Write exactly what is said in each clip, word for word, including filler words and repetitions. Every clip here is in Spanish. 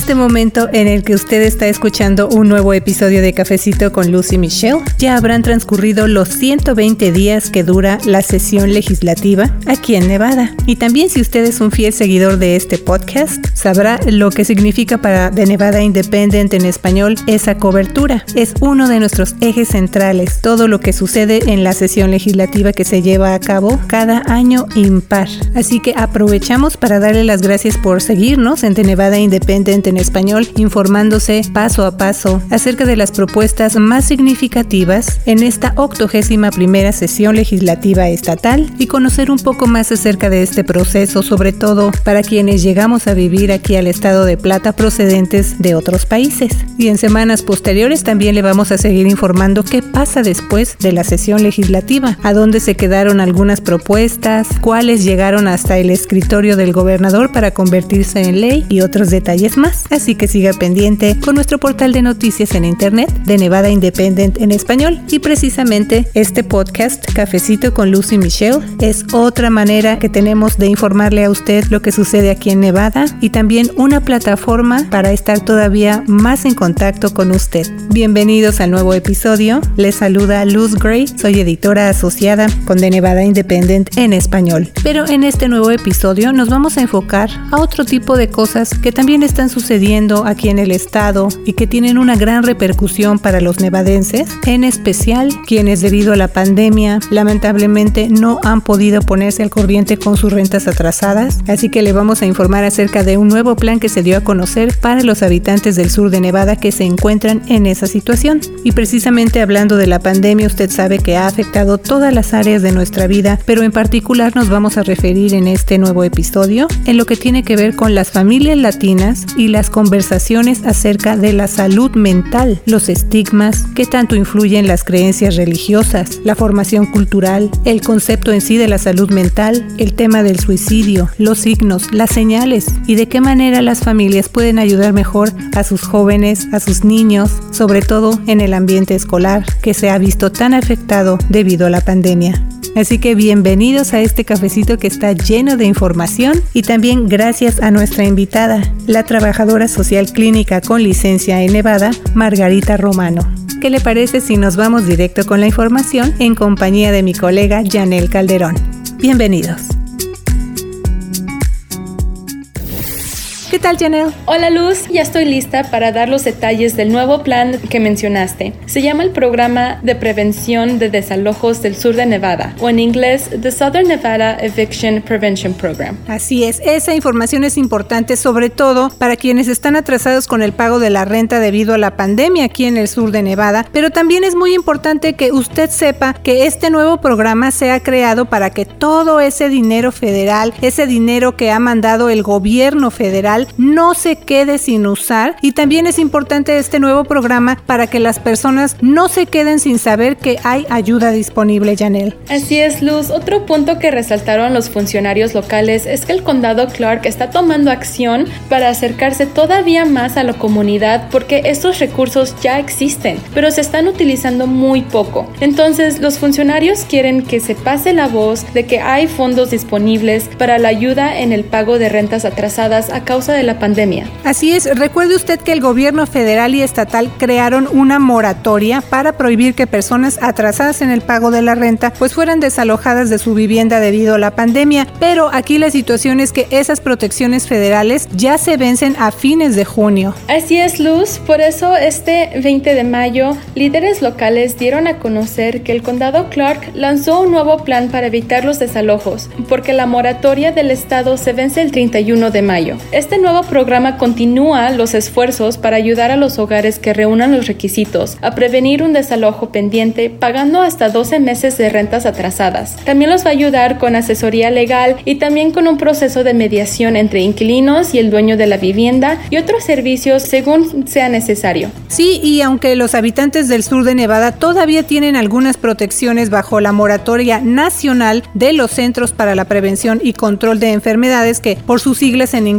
este momento en el que usted está escuchando un nuevo episodio de Cafecito con Luz y Michelle, ya habrán transcurrido los ciento veinte días que dura la sesión legislativa aquí en Nevada. Y también, si usted es un fiel seguidor de este podcast, sabrá lo que significa para The Nevada Independent en español esa cobertura. Es uno de nuestros ejes centrales, todo lo que sucede en la sesión legislativa que se lleva a cabo cada año impar. Así que aprovechamos para darle las gracias por seguirnos en The Nevada Independent en español, informándose paso a paso acerca de las propuestas más significativas en esta octogésima primera sesión legislativa estatal y conocer un poco más acerca de este proceso, sobre todo para quienes llegamos a vivir aquí al estado de Plata procedentes de otros países. Y en semanas posteriores también le vamos a seguir informando qué pasa después de la sesión legislativa, a dónde se quedaron algunas propuestas, cuáles llegaron hasta el escritorio del gobernador para convertirse en ley y otros detalles más. Así que siga pendiente con nuestro portal de noticias en internet de Nevada Independent en español. Y precisamente este podcast, Cafecito con Luz y Michelle, es otra manera que tenemos de informarle a usted lo que sucede aquí en Nevada y también una plataforma para estar todavía más en contacto con usted. Bienvenidos al nuevo episodio. Les saluda Luz Gray, soy editora asociada con The Nevada Independent en español. Pero en este nuevo episodio nos vamos a enfocar a otro tipo de cosas que también están sucediendo aquí en el estado y que tienen una gran repercusión para los nevadenses, en especial quienes debido a la pandemia lamentablemente no han podido ponerse al corriente con sus rentas atrasadas. Así que le vamos a informar acerca de un nuevo plan que se dio a conocer para los habitantes del sur de Nevada que se encuentran en esa situación. Y precisamente hablando de la pandemia, usted sabe que ha afectado todas las áreas de nuestra vida, pero en particular nos vamos a referir en este nuevo episodio en lo que tiene que ver con las familias latinas y las conversaciones acerca de la salud mental, los estigmas, qué tanto influyen las creencias religiosas, la formación cultural, el concepto en sí de la salud mental, el tema del suicidio, los signos, las señales y de qué manera las familias pueden ayudar mejor a sus jóvenes, a sus niños, sobre todo en el ambiente escolar que se ha visto tan afectado debido a la pandemia. Así que bienvenidos a este cafecito que está lleno de información y también gracias a nuestra invitada, la trabajadora social clínica con licencia en Nevada, Margarita Romano. ¿Qué le parece si nos vamos directo con la información en compañía de mi colega Janel Calderón? Bienvenidos. ¿Qué tal, Janel? Hola, Luz. Ya estoy lista para dar los detalles del nuevo plan que mencionaste. Se llama el Programa de Prevención de Desalojos del Sur de Nevada, o en inglés, The Southern Nevada Eviction Prevention Program. Así es. Esa información es importante, sobre todo para quienes están atrasados con el pago de la renta debido a la pandemia aquí en el sur de Nevada, pero también es muy importante que usted sepa que este nuevo programa se ha creado para que todo ese dinero federal, ese dinero que ha mandado el gobierno federal, no se quede sin usar. Y también es importante este nuevo programa para que las personas no se queden sin saber que hay ayuda disponible, Janel. Así es, Luz. Otro punto que resaltaron los funcionarios locales es que el condado Clark está tomando acción para acercarse todavía más a la comunidad porque estos recursos ya existen, pero se están utilizando muy poco. Entonces, los funcionarios quieren que se pase la voz de que hay fondos disponibles para la ayuda en el pago de rentas atrasadas a causa de la pandemia. Así es, recuerde usted que el gobierno federal y estatal crearon una moratoria para prohibir que personas atrasadas en el pago de la renta pues fueran desalojadas de su vivienda debido a la pandemia, pero aquí la situación es que esas protecciones federales ya se vencen a fines de junio. Así es, Luz, por eso este veinte de mayo, líderes locales dieron a conocer que el condado Clark lanzó un nuevo plan para evitar los desalojos, porque la moratoria del estado se vence el treinta y uno de mayo. Este nuevo programa continúa los esfuerzos para ayudar a los hogares que reúnan los requisitos a prevenir un desalojo pendiente pagando hasta doce meses de rentas atrasadas. También los va a ayudar con asesoría legal y también con un proceso de mediación entre inquilinos y el dueño de la vivienda y otros servicios según sea necesario. Sí, y aunque los habitantes del sur de Nevada todavía tienen algunas protecciones bajo la moratoria nacional de los Centros para la Prevención y Control de Enfermedades, que por sus siglas en inglés lo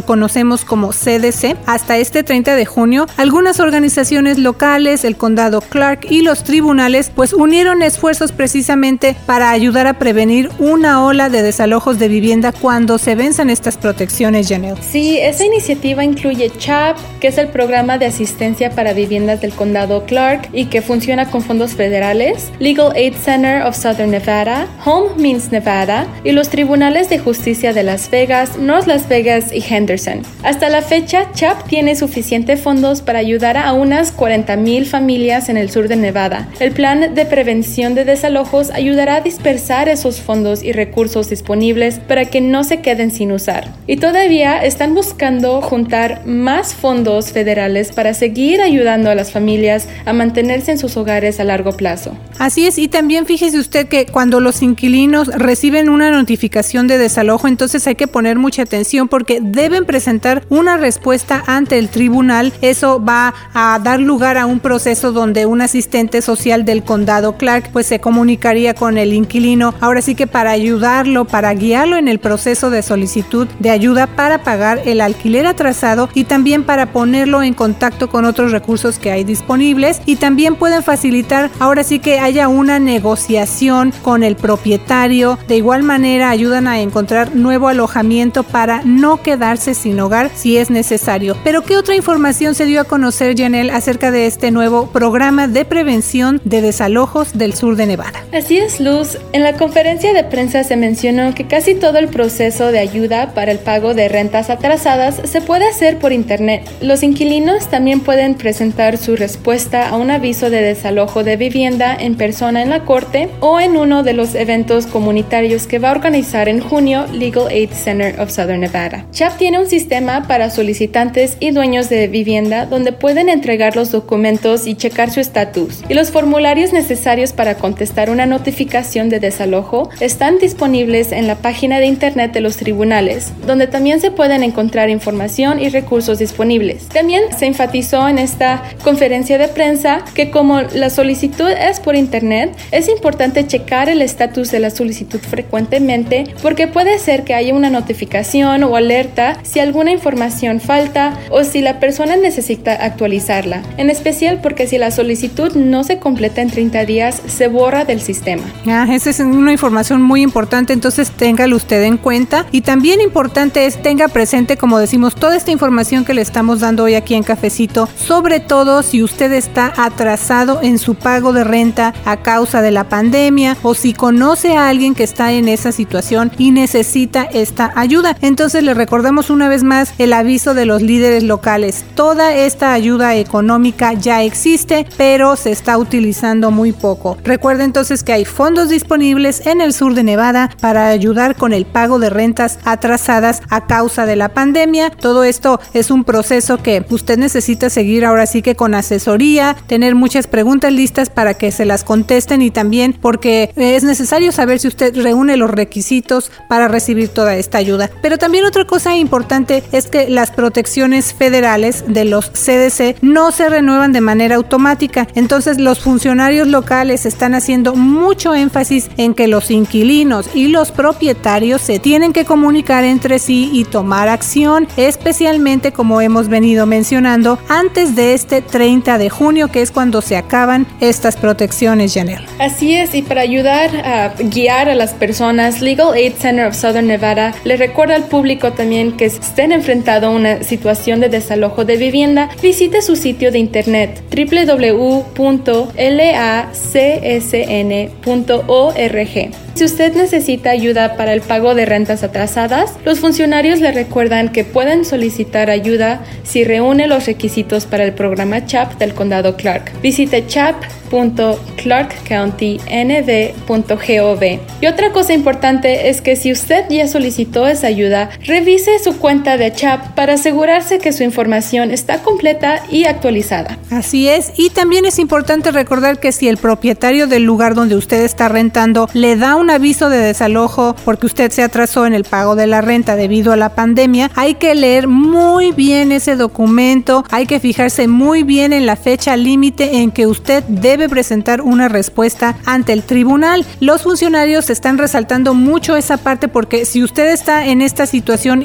lo conocemos como C D C. Hasta este treinta de junio, algunas organizaciones locales, el condado Clark y los tribunales pues unieron esfuerzos precisamente para ayudar a prevenir una ola de desalojos de vivienda cuando se venzan estas protecciones, Janelle. Sí, esa iniciativa incluye CHAP, que es el programa de asistencia para viviendas del condado Clark y que funciona con fondos federales, Legal Aid Center of Southern Nevada, Home Means Nevada y los tribunales de justicia de Las Vegas, North Las Vegas y Henderson. Hasta la fecha, CHAP tiene suficientes fondos para ayudar a unas cuarenta mil familias en el sur de Nevada. El plan de prevención de desalojos ayudará a dispersar esos fondos y recursos disponibles para que no se queden sin usar. Y todavía están buscando juntar más fondos federales para seguir ayudando a las familias a mantenerse en sus hogares a largo plazo. Así es, y también fíjese usted que cuando los inquilinos reciben una notificación de desalojo, entonces hay que poner mucha atención porque deben presentar una respuesta ante el tribunal. Eso va a dar lugar a un proceso donde un asistente social del condado Clark pues se comunicaría con el inquilino, ahora sí que para ayudarlo, para guiarlo en el proceso de solicitud de ayuda para pagar el alquiler atrasado y también para ponerlo en contacto con otros recursos que hay disponibles, y también pueden facilitar ahora sí que haya una negociación con el propietario. De igual manera ayudan a encontrar nuevo alojamiento para no quedarse sin hogar si es necesario. Pero ¿qué otra información se dio a conocer, Janelle, acerca de este nuevo programa de prevención de desalojos del sur de Nevada? Así es, Luz. En la conferencia de prensa se mencionó que casi todo el proceso de ayuda para el pago de rentas atrasadas se puede hacer por internet. Los inquilinos también pueden presentar su respuesta a un aviso de desalojo de vivienda en persona en la corte o en uno de los eventos comunitarios que va a organizar en junio Legal Aid Center of Southern Nevada. CHAP tiene un sistema para solicitantes y dueños de vivienda donde pueden entregar los documentos y checar su estatus, y los formularios necesarios para contestar una notificación de desalojo están disponibles en la página de internet de los tribunales, donde también se pueden encontrar información y recursos disponibles. También se enfatizó en esta conferencia de prensa que como la solicitud es por internet, es importante checar el estatus de la solicitud frecuentemente porque puede ser que haya una notificación o alerta si alguna información falta o si la persona necesita actualizarla, en especial porque si la solicitud no se completa en treinta días, se borra del sistema. Ah, esa es una información muy importante, entonces téngalo usted en cuenta. Y también importante es tenga presente, como decimos, toda esta información que le estamos dando hoy aquí en Cafecito, sobre todo si usted está atrasado en su pago de renta a causa de la pandemia o si conoce a alguien que está en esa situación y necesita esta ayuda. Entonces le recordamos una vez más el aviso de los líderes locales. Toda esta ayuda económica ya existe, pero se está utilizando muy poco. Recuerde entonces que hay fondos disponibles en el sur de Nevada para ayudar con el pago de rentas atrasadas a causa de la pandemia. Todo esto es un proceso que usted necesita seguir ahora sí que con asesoría, tener muchas preguntas listas para que se las contesten y también porque es necesario saber si usted reúne los requisitos para recibir toda esta ayuda. Pero también otra cosa importante es que las protecciones federales de los C D C no se renuevan de manera automática. Entonces los funcionarios locales están haciendo mucho énfasis en que los inquilinos y los propietarios se tienen que comunicar entre sí y tomar acción, especialmente como hemos venido mencionando antes de este treinta de junio, que es cuando se acaban estas protecciones, Janelle. Así es, y para ayudar a guiar a las personas, Legal Aid Center of Southern Nevada le recuerda al público también que si estén enfrentando una situación de desalojo de vivienda, visite su sitio de internet w w w punto l a c s n punto org. Si usted necesita ayuda para el pago de rentas atrasadas, los funcionarios le recuerdan que pueden solicitar ayuda si reúne los requisitos para el programa CHAP del condado Clark. Visite chap punto clark county n v punto gov. Y otra cosa importante es que si usted ya solicitó esa ayuda, revise su cuenta de CHAP para asegurarse que su información está completa y actualizada. Así es, y también es importante recordar que si el propietario del lugar donde usted está rentando le da un aviso de desalojo porque usted se atrasó en el pago de la renta debido a la pandemia, hay que leer muy bien ese documento, hay que fijarse muy bien en la fecha límite en que usted debe presentar una respuesta ante el tribunal. Los funcionarios están resaltando mucho esa parte porque si usted está en esta situación y no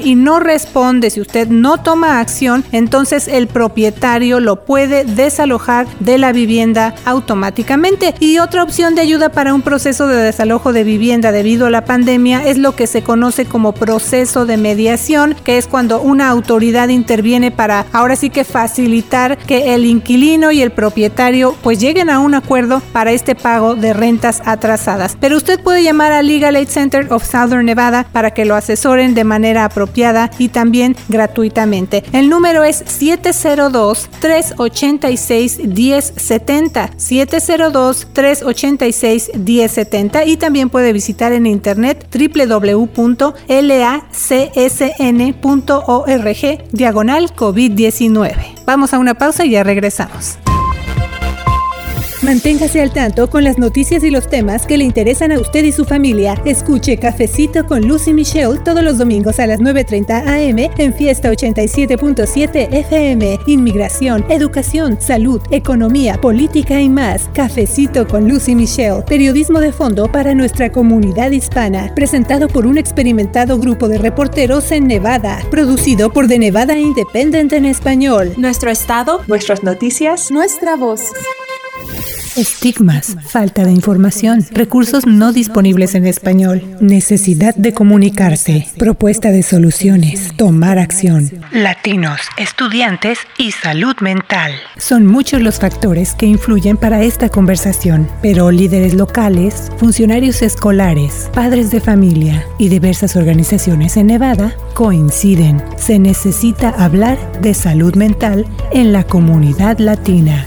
responde, si usted no toma acción, entonces el propietario lo puede desalojar de la vivienda automáticamente. Y otra opción de ayuda para un proceso de desalojo de vivienda debido a la pandemia es lo que se conoce como proceso de mediación, que es cuando una autoridad interviene para ahora sí que facilitar que el inquilino y el propietario pues lleguen a un acuerdo para este pago de rentas atrasadas. Pero usted puede llamar a Legal Aid Center of Southern Nevada para que lo asesoren de manera apropiada y también gratuitamente. El número es siete cero dos, tres ocho seis, uno cero siete cero, siete cero dos, tres ocho seis, uno cero siete cero, y también puede visitar en internet w w w punto lacsn punto org diagonal COVID diecinueve. Vamos a una pausa y ya regresamos. Manténgase al tanto con las noticias y los temas que le interesan a usted y su familia. Escuche Cafecito con Luz y Michelle todos los domingos a las nueve treinta a eme en Fiesta ochenta y siete punto siete efe eme. Inmigración, educación, salud, economía, política y más. Cafecito con Luz y Michelle. Periodismo de fondo para nuestra comunidad hispana. Presentado por un experimentado grupo de reporteros en Nevada. Producido por The Nevada Independent en español. Nuestro estado, nuestras noticias, nuestra voz. Estigmas, falta de información, recursos no disponibles en español, necesidad de comunicarse, propuesta de soluciones, tomar acción. Latinos, estudiantes y salud mental. Son muchos los factores que influyen para esta conversación, pero líderes locales, funcionarios escolares, padres de familia y diversas organizaciones en Nevada coinciden. Se necesita hablar de salud mental en la comunidad latina.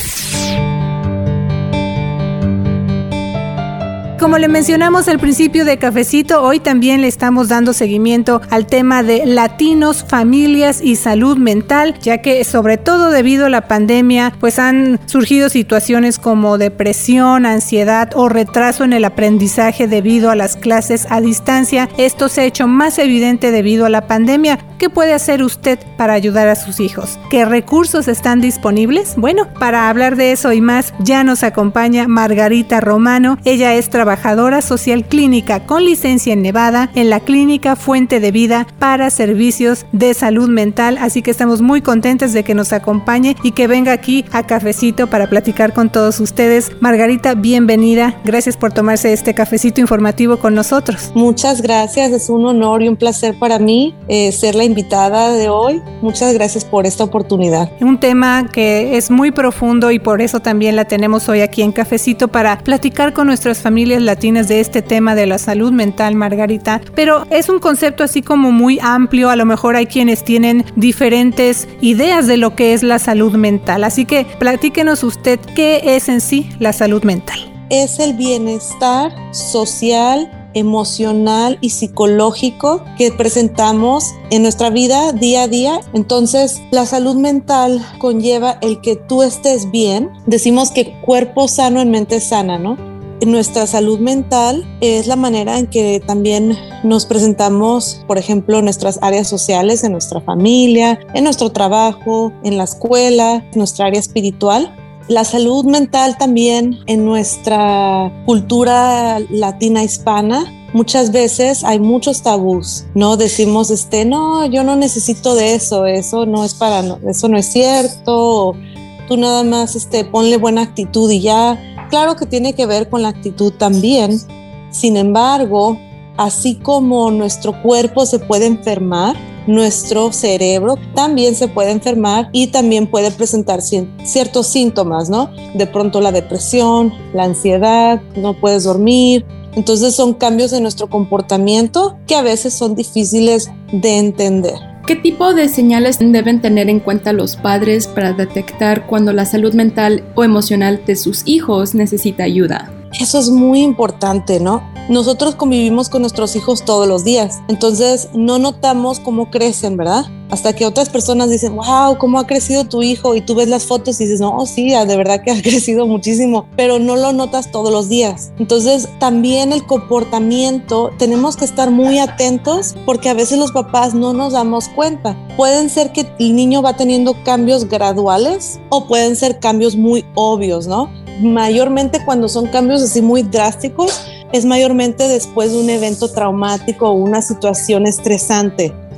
Como le mencionamos al principio de Cafecito, hoy también le estamos dando seguimiento al tema de latinos, familias y salud mental, ya que sobre todo debido a la pandemia, pues han surgido situaciones como depresión, ansiedad o retraso en el aprendizaje debido a las clases a distancia. Esto se ha hecho más evidente debido a la pandemia. ¿Qué puede hacer usted para ayudar a sus hijos? ¿Qué recursos están disponibles? Bueno, para hablar de eso y más, ya nos acompaña Margarita Romano. Ella es trabajadora social clínica con licencia en Nevada en la Clínica Fuente de Vida para servicios de salud mental. Así que estamos muy contentas de que nos acompañe y que venga aquí a Cafecito para platicar con todos ustedes. Margarita, bienvenida. Gracias por tomarse este cafecito informativo con nosotros. Muchas gracias. Es un honor y un placer para mí eh, ser la invitada de hoy. Muchas gracias por esta oportunidad. Un tema que es muy profundo y por eso también la tenemos hoy aquí en Cafecito para platicar con nuestras familias latinas de este tema de la salud mental, Margarita. Pero es un concepto así como muy amplio. A lo mejor hay quienes tienen diferentes ideas de lo que es la salud mental. Así que platíquenos usted qué es en sí la salud mental. Es el bienestar social, emocional y psicológico que presentamos en nuestra vida día a día. Entonces, la salud mental conlleva el que tú estés bien. Decimos que cuerpo sano en mente sana, ¿no? Nuestra salud mental es la manera en que también nos presentamos, por ejemplo, en nuestras áreas sociales, en nuestra familia, en nuestro trabajo, en la escuela, en nuestra área espiritual. La salud mental también en nuestra cultura latina hispana. Muchas veces hay muchos tabús, ¿no? Decimos, este, no, yo no necesito de eso, eso no es para, no, eso no es cierto, tú nada más, este, ponle buena actitud y ya. Claro que tiene que ver con la actitud también. Sin embargo, así como nuestro cuerpo se puede enfermar, nuestro cerebro también se puede enfermar y también puede presentar ciertos síntomas, ¿no? De pronto la depresión, la ansiedad, no puedes dormir. Entonces son cambios en nuestro comportamiento que a veces son difíciles de entender. ¿Qué tipo de señales deben tener en cuenta los padres para detectar cuando la salud mental o emocional de sus hijos necesita ayuda? Eso es muy importante, ¿no? Nosotros convivimos con nuestros hijos todos los días, entonces no notamos cómo crecen, ¿verdad? Hasta que otras personas dicen, wow, ¿cómo ha crecido tu hijo? Y tú ves las fotos y dices, no, sí, de verdad que ha crecido muchísimo, pero no lo notas todos los días. Entonces también el comportamiento, tenemos que estar muy atentos porque a veces los papás no nos damos cuenta. Pueden ser que el niño va teniendo cambios graduales o pueden ser cambios muy obvios, ¿no? Mayormente cuando son cambios así muy drásticos, es mayormente después de un evento traumático o una situación estresante.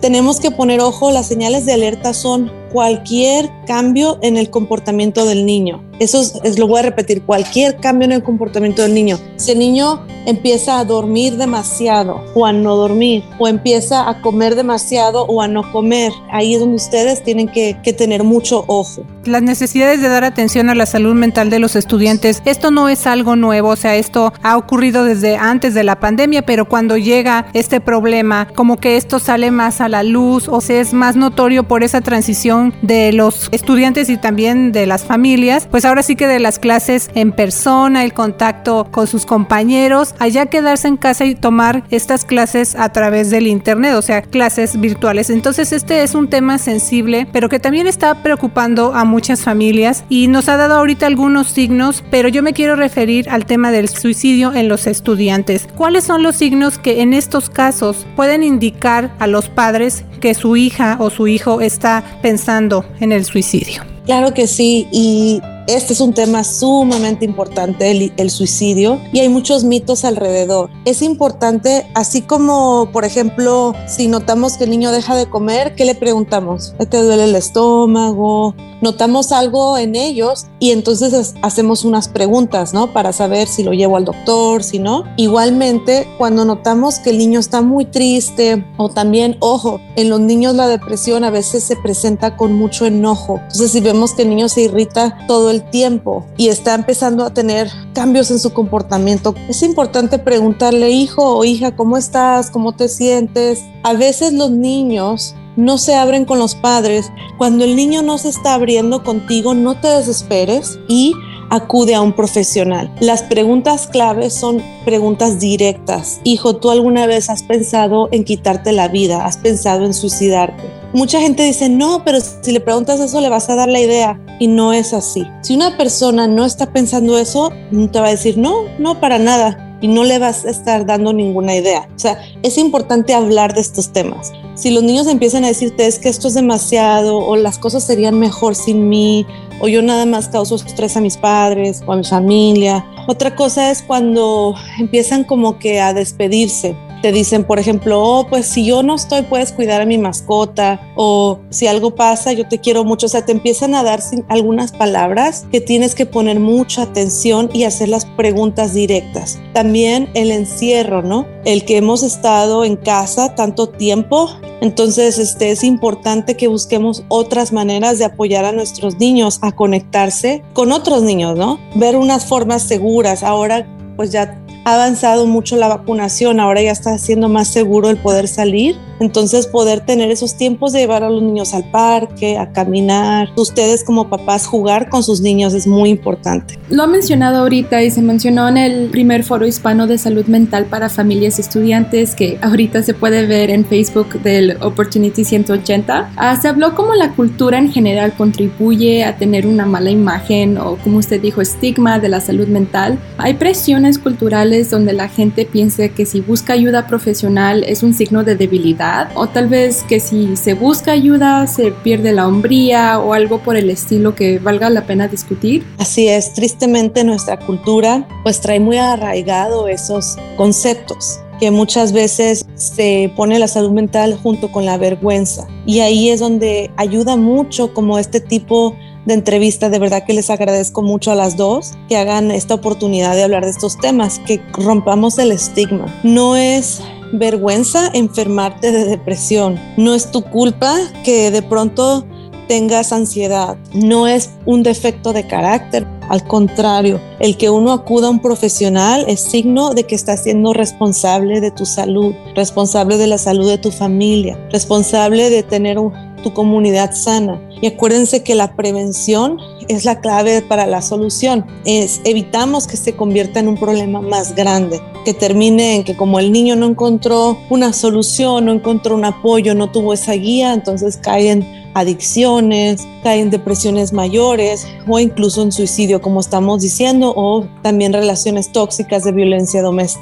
tenemos que poner ojo, las señales de alerta son cualquier cambio en el comportamiento del niño. Eso es, es, lo voy a repetir, cualquier cambio en el comportamiento del niño. Si el niño empieza a dormir demasiado o a no dormir, o empieza a comer demasiado o a no comer, ahí es donde ustedes tienen que, que tener mucho ojo. Las necesidades de dar atención a la salud mental de los estudiantes, esto no es algo nuevo, o sea, esto ha ocurrido desde antes de la pandemia, pero cuando llega este problema, como que esto sale más a la luz, o sea, es más notorio por esa transición de los estudiantes y también de las familias, pues ahora sí que de las clases en persona, el contacto con sus compañeros, allá quedarse en casa y tomar estas clases a través del internet, o sea, clases virtuales. Entonces este es un tema sensible, pero que también está preocupando a muchas familias y nos ha dado ahorita algunos signos, pero yo me quiero referir al tema del suicidio en los estudiantes. ¿Cuáles son los signos que en estos casos pueden indicar a los padres que su hija o su hijo está pensando en el suicidio? Claro que sí, y este es un tema sumamente importante, el, el suicidio, y hay muchos mitos alrededor. Es importante, así como, por ejemplo, si notamos que el niño deja de comer, ¿qué le preguntamos? ¿Te duele el estómago? Notamos algo en ellos y entonces hacemos unas preguntas, ¿no? Para saber si lo llevo al doctor, si no. Igualmente, cuando notamos que el niño está muy triste, o también, ojo, en los niños la depresión a veces se presenta con mucho enojo. Entonces, si vemos que el niño se irrita todo el tiempo y está empezando a tener cambios en su comportamiento, es importante preguntarle, hijo o hija, ¿cómo estás? ¿Cómo te sientes? A veces los niños no se abren con los padres. Cuando el niño no se está abriendo contigo, no te desesperes y acude a un profesional. Las preguntas claves son preguntas directas. Hijo, ¿tú alguna vez has pensado en quitarte la vida? ¿Has pensado en suicidarte? Mucha gente dice, no, pero si le preguntas eso le vas a dar la idea, y no es así. Si una persona no está pensando eso, te va a decir, no, no, para nada, y no le vas a estar dando ninguna idea. O sea, es importante hablar de estos temas. Si los niños empiezan a decirte, es que esto es demasiado, o las cosas serían mejor sin mí, o yo nada más causo estrés a mis padres o a mi familia. Otra cosa es cuando empiezan como que a despedirse. Te dicen, por ejemplo, oh, pues si yo no estoy, puedes cuidar a mi mascota, o si algo pasa, yo te quiero mucho. O sea, te empiezan a dar algunas palabras que tienes que poner mucha atención y hacer las preguntas directas. También el encierro, ¿no? El que hemos estado en casa tanto tiempo. Entonces, este, es importante que busquemos otras maneras de apoyar a nuestros niños a conectarse con otros niños, ¿no? Ver unas formas seguras. Ahora, pues ya ha avanzado mucho la vacunación, ahora ya está siendo más seguro el poder salir. Entonces, poder tener esos tiempos de llevar a los niños al parque, a caminar. Ustedes como papás jugar con sus niños es muy importante. Lo ha mencionado ahorita y se mencionó en el primer foro hispano de salud mental para familias y estudiantes que ahorita se puede ver en Facebook del Opportunity ciento ochenta. Ah, se habló cómo la cultura en general contribuye a tener una mala imagen o, como usted dijo, estigma de la salud mental. Hay presiones culturales donde la gente piensa que si busca ayuda profesional es un signo de debilidad, o tal vez que si se busca ayuda se pierde la hombría o algo por el estilo que valga la pena discutir. Así es, tristemente nuestra cultura pues trae muy arraigado esos conceptos, que muchas veces se pone la salud mental junto con la vergüenza, y ahí es donde ayuda mucho como este tipo de entrevista. De verdad que les agradezco mucho a las dos que hagan esta oportunidad de hablar de estos temas, que rompamos el estigma. No es vergüenza enfermarte de depresión, no es tu culpa que de pronto tengas ansiedad, no es un defecto de carácter. Al contrario, el que uno acuda a un profesional es signo de que estás siendo responsable de tu salud, responsable de la salud de tu familia, responsable de tener un, tu comunidad sana. Y acuérdense que la prevención es la clave para la solución. Es, evitamos que se convierta en un problema más grande, que termine en que como el niño no encontró una solución, no encontró un apoyo, no tuvo esa guía, entonces caen adicciones, caen depresiones mayores o incluso en suicidio, como estamos diciendo, o también relaciones tóxicas de violencia doméstica.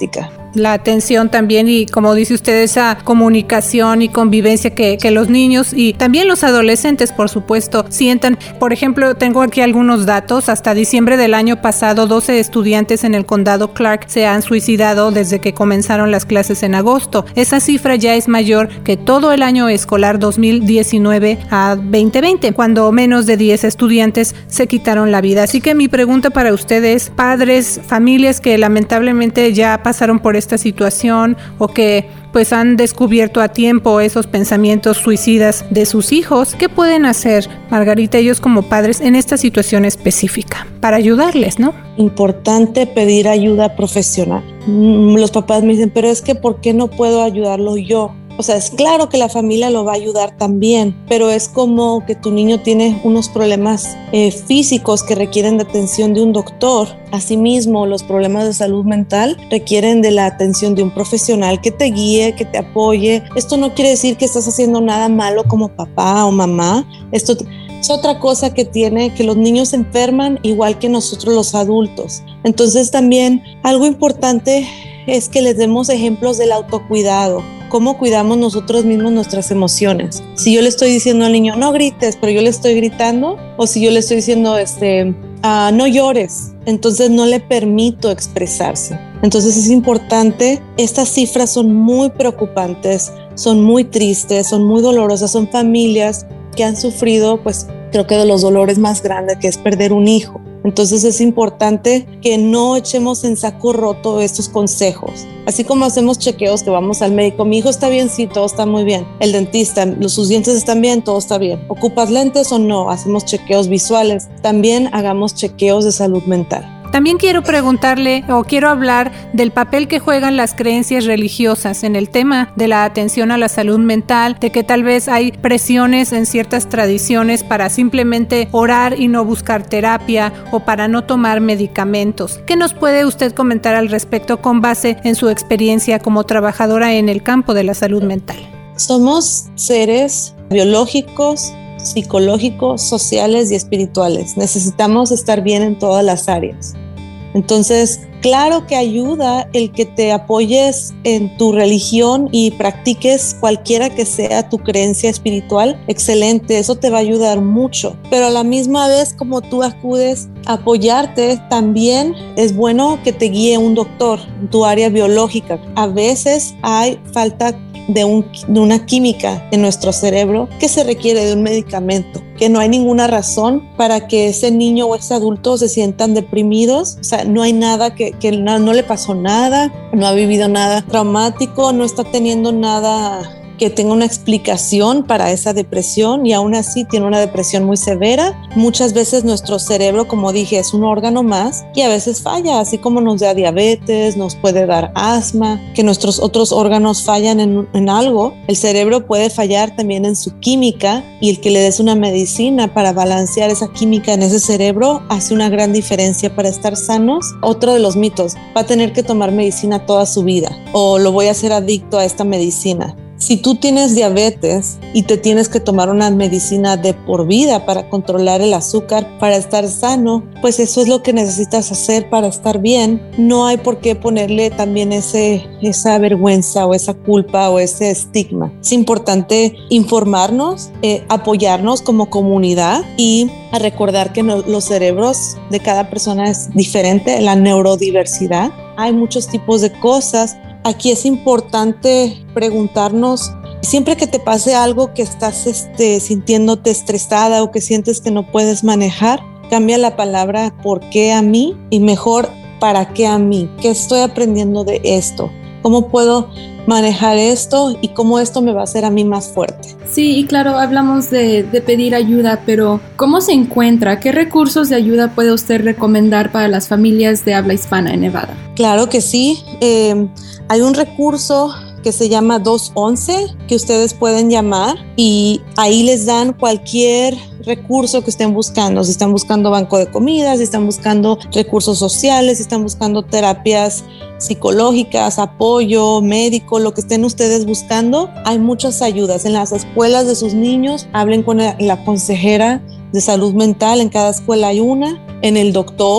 la atención también y, como dice usted, esa comunicación y convivencia que, que los niños y también los adolescentes, por supuesto, sientan. Por ejemplo, tengo aquí algunos datos. Hasta diciembre del año pasado, doce estudiantes en el condado Clark se han suicidado desde que comenzaron las clases en agosto. Esa cifra ya es mayor que todo el año escolar dos mil diecinueve a veinte veinte, cuando menos de diez estudiantes se quitaron la vida. Así que mi pregunta para ustedes, padres, familias que lamentablemente ya pasaron por esta situación o que pues han descubierto a tiempo esos pensamientos suicidas de sus hijos, ¿qué pueden hacer, Margarita, ellos como padres en esta situación específica para ayudarles, no? Importante pedir ayuda profesional. Los papás me dicen, pero es que ¿por qué no puedo ayudarlo yo? O sea, es claro que la familia lo va a ayudar también, pero es como que tu niño tiene unos problemas eh, físicos que requieren de atención de un doctor. Asimismo, los problemas de salud mental requieren de la atención de un profesional que te guíe, que te apoye. Esto no quiere decir que estás haciendo nada malo como papá o mamá. Esto es otra cosa que tiene, que los niños se enferman igual que nosotros los adultos. Entonces también algo importante es que les demos ejemplos del autocuidado. Cómo cuidamos nosotros mismos nuestras emociones. Si yo le estoy diciendo al niño, no grites, pero yo le estoy gritando, o si yo le estoy diciendo, este, uh, no llores, entonces no le permito expresarse. Entonces es importante, estas cifras son muy preocupantes, son muy tristes, son muy dolorosas, son familias que han sufrido, pues creo que de los dolores más grandes, que es perder un hijo. Entonces es importante que no echemos en saco roto estos consejos. Así como hacemos chequeos que vamos al médico, mi hijo está bien, sí, todo está muy bien. El dentista, los, sus dientes están bien, todo está bien. ¿Ocupas lentes o no? Hacemos chequeos visuales. También hagamos chequeos de salud mental. También quiero preguntarle o quiero hablar del papel que juegan las creencias religiosas en el tema de la atención a la salud mental, de que tal vez hay presiones en ciertas tradiciones para simplemente orar y no buscar terapia o para no tomar medicamentos. ¿Qué nos puede usted comentar al respecto con base en su experiencia como trabajadora en el campo de la salud mental? Somos seres biológicos, psicológicos, sociales y espirituales. Necesitamos estar bien en todas las áreas. Entonces, claro que ayuda el que te apoyes en tu religión y practiques cualquiera que sea tu creencia espiritual. Excelente, eso te va a ayudar mucho. Pero a la misma vez, como tú acudes a apoyarte, también es bueno que te guíe un doctor en tu área biológica. A veces hay falta De, un, de una química en nuestro cerebro que se requiere de un medicamento, que no hay ninguna razón para que ese niño o ese adulto se sientan deprimidos. O sea, no hay nada que, que no, no le pasó nada, no ha vivido nada traumático, no está teniendo nada que tenga una explicación para esa depresión y aún así tiene una depresión muy severa. Muchas veces nuestro cerebro, como dije, es un órgano más y a veces falla, así como nos da diabetes, nos puede dar asma, que nuestros otros órganos fallan en, en algo. El cerebro puede fallar también en su química y el que le des una medicina para balancear esa química en ese cerebro hace una gran diferencia para estar sanos. Otro de los mitos, va a tener que tomar medicina toda su vida o lo voy a hacer adicto a esta medicina. Si tú tienes diabetes y te tienes que tomar una medicina de por vida para controlar el azúcar, para estar sano, pues eso es lo que necesitas hacer para estar bien. No hay por qué ponerle también ese, esa vergüenza o esa culpa o ese estigma. Es importante informarnos, eh, apoyarnos como comunidad y a recordar que no, los cerebros de cada persona es diferente, la neurodiversidad. Hay muchos tipos de cosas. Aquí es importante preguntarnos, siempre que te pase algo que estás este, sintiéndote estresada o que sientes que no puedes manejar, cambia la palabra ¿por qué a mí? Y mejor ¿para qué a mí? ¿Qué estoy aprendiendo de esto? ¿Cómo puedo manejar esto y cómo esto me va a hacer a mí más fuerte? Sí, y claro, hablamos de, de pedir ayuda, pero ¿cómo se encuentra? ¿Qué recursos de ayuda puede usted recomendar para las familias de habla hispana en Nevada? Claro que sí. Eh, hay un recurso que se llama dos once que ustedes pueden llamar y ahí les dan cualquier recurso que estén buscando. Si están buscando banco de comidas, si están buscando recursos sociales, si están buscando terapias psicológicas, apoyo médico, lo que estén ustedes buscando, hay muchas ayudas. En las escuelas de sus niños, hablen con la, la consejera de salud mental, en cada escuela hay una, en el doctor,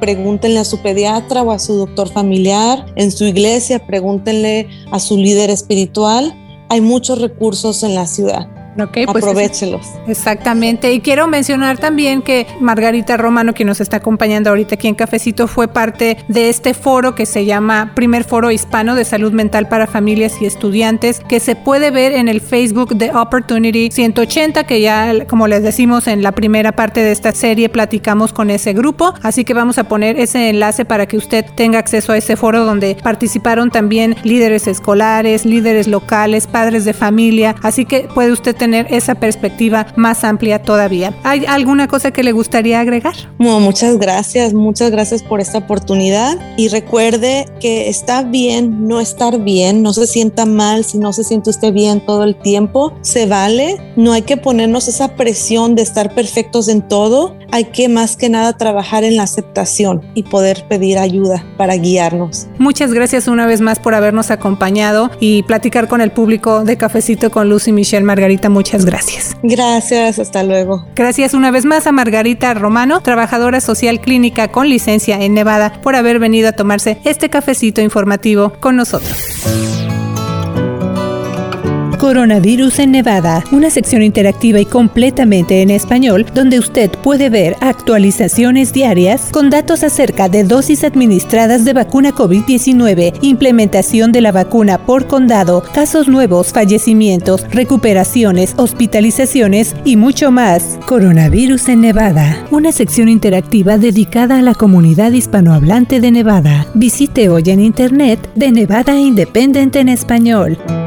pregúntenle a su pediatra o a su doctor familiar, en su iglesia, pregúntenle a su líder espiritual. Hay muchos recursos en la ciudad. Okay, pues aprovéchelos. Exactamente. Y quiero mencionar también que Margarita Romano, que nos está acompañando ahorita aquí en Cafecito, fue parte de este foro que se llama Primer Foro Hispano de Salud Mental para Familias y Estudiantes, que se puede ver en el Facebook de Opportunity ciento ochenta, que ya, como les decimos en la primera parte de esta serie, platicamos con ese grupo. Así que vamos a poner ese enlace para que usted tenga acceso a ese foro donde participaron también líderes escolares, líderes locales, padres de familia. Así que puede usted tener esa perspectiva más amplia todavía. ¿Hay alguna cosa que le gustaría agregar? No, muchas gracias, muchas gracias por esta oportunidad y recuerde que está bien no estar bien, no se sienta mal si no se siente usted bien todo el tiempo, se vale, no hay que ponernos esa presión de estar perfectos en todo, hay que más que nada trabajar en la aceptación y poder pedir ayuda para guiarnos. Muchas gracias una vez más por habernos acompañado y platicar con el público de Cafecito con Luz y Michelle. Margarita, muchas gracias. Gracias, hasta luego. Gracias una vez más a Margarita Romano, trabajadora social clínica con licencia en Nevada, por haber venido a tomarse este cafecito informativo con nosotros. Coronavirus en Nevada, una sección interactiva y completamente en español donde usted puede ver actualizaciones diarias con datos acerca de dosis administradas de vacuna COVID diecinueve, implementación de la vacuna por condado, casos nuevos, fallecimientos, recuperaciones, hospitalizaciones y mucho más. Coronavirus en Nevada, una sección interactiva dedicada a la comunidad hispanohablante de Nevada. Visite hoy en internet de Nevada Independent en español.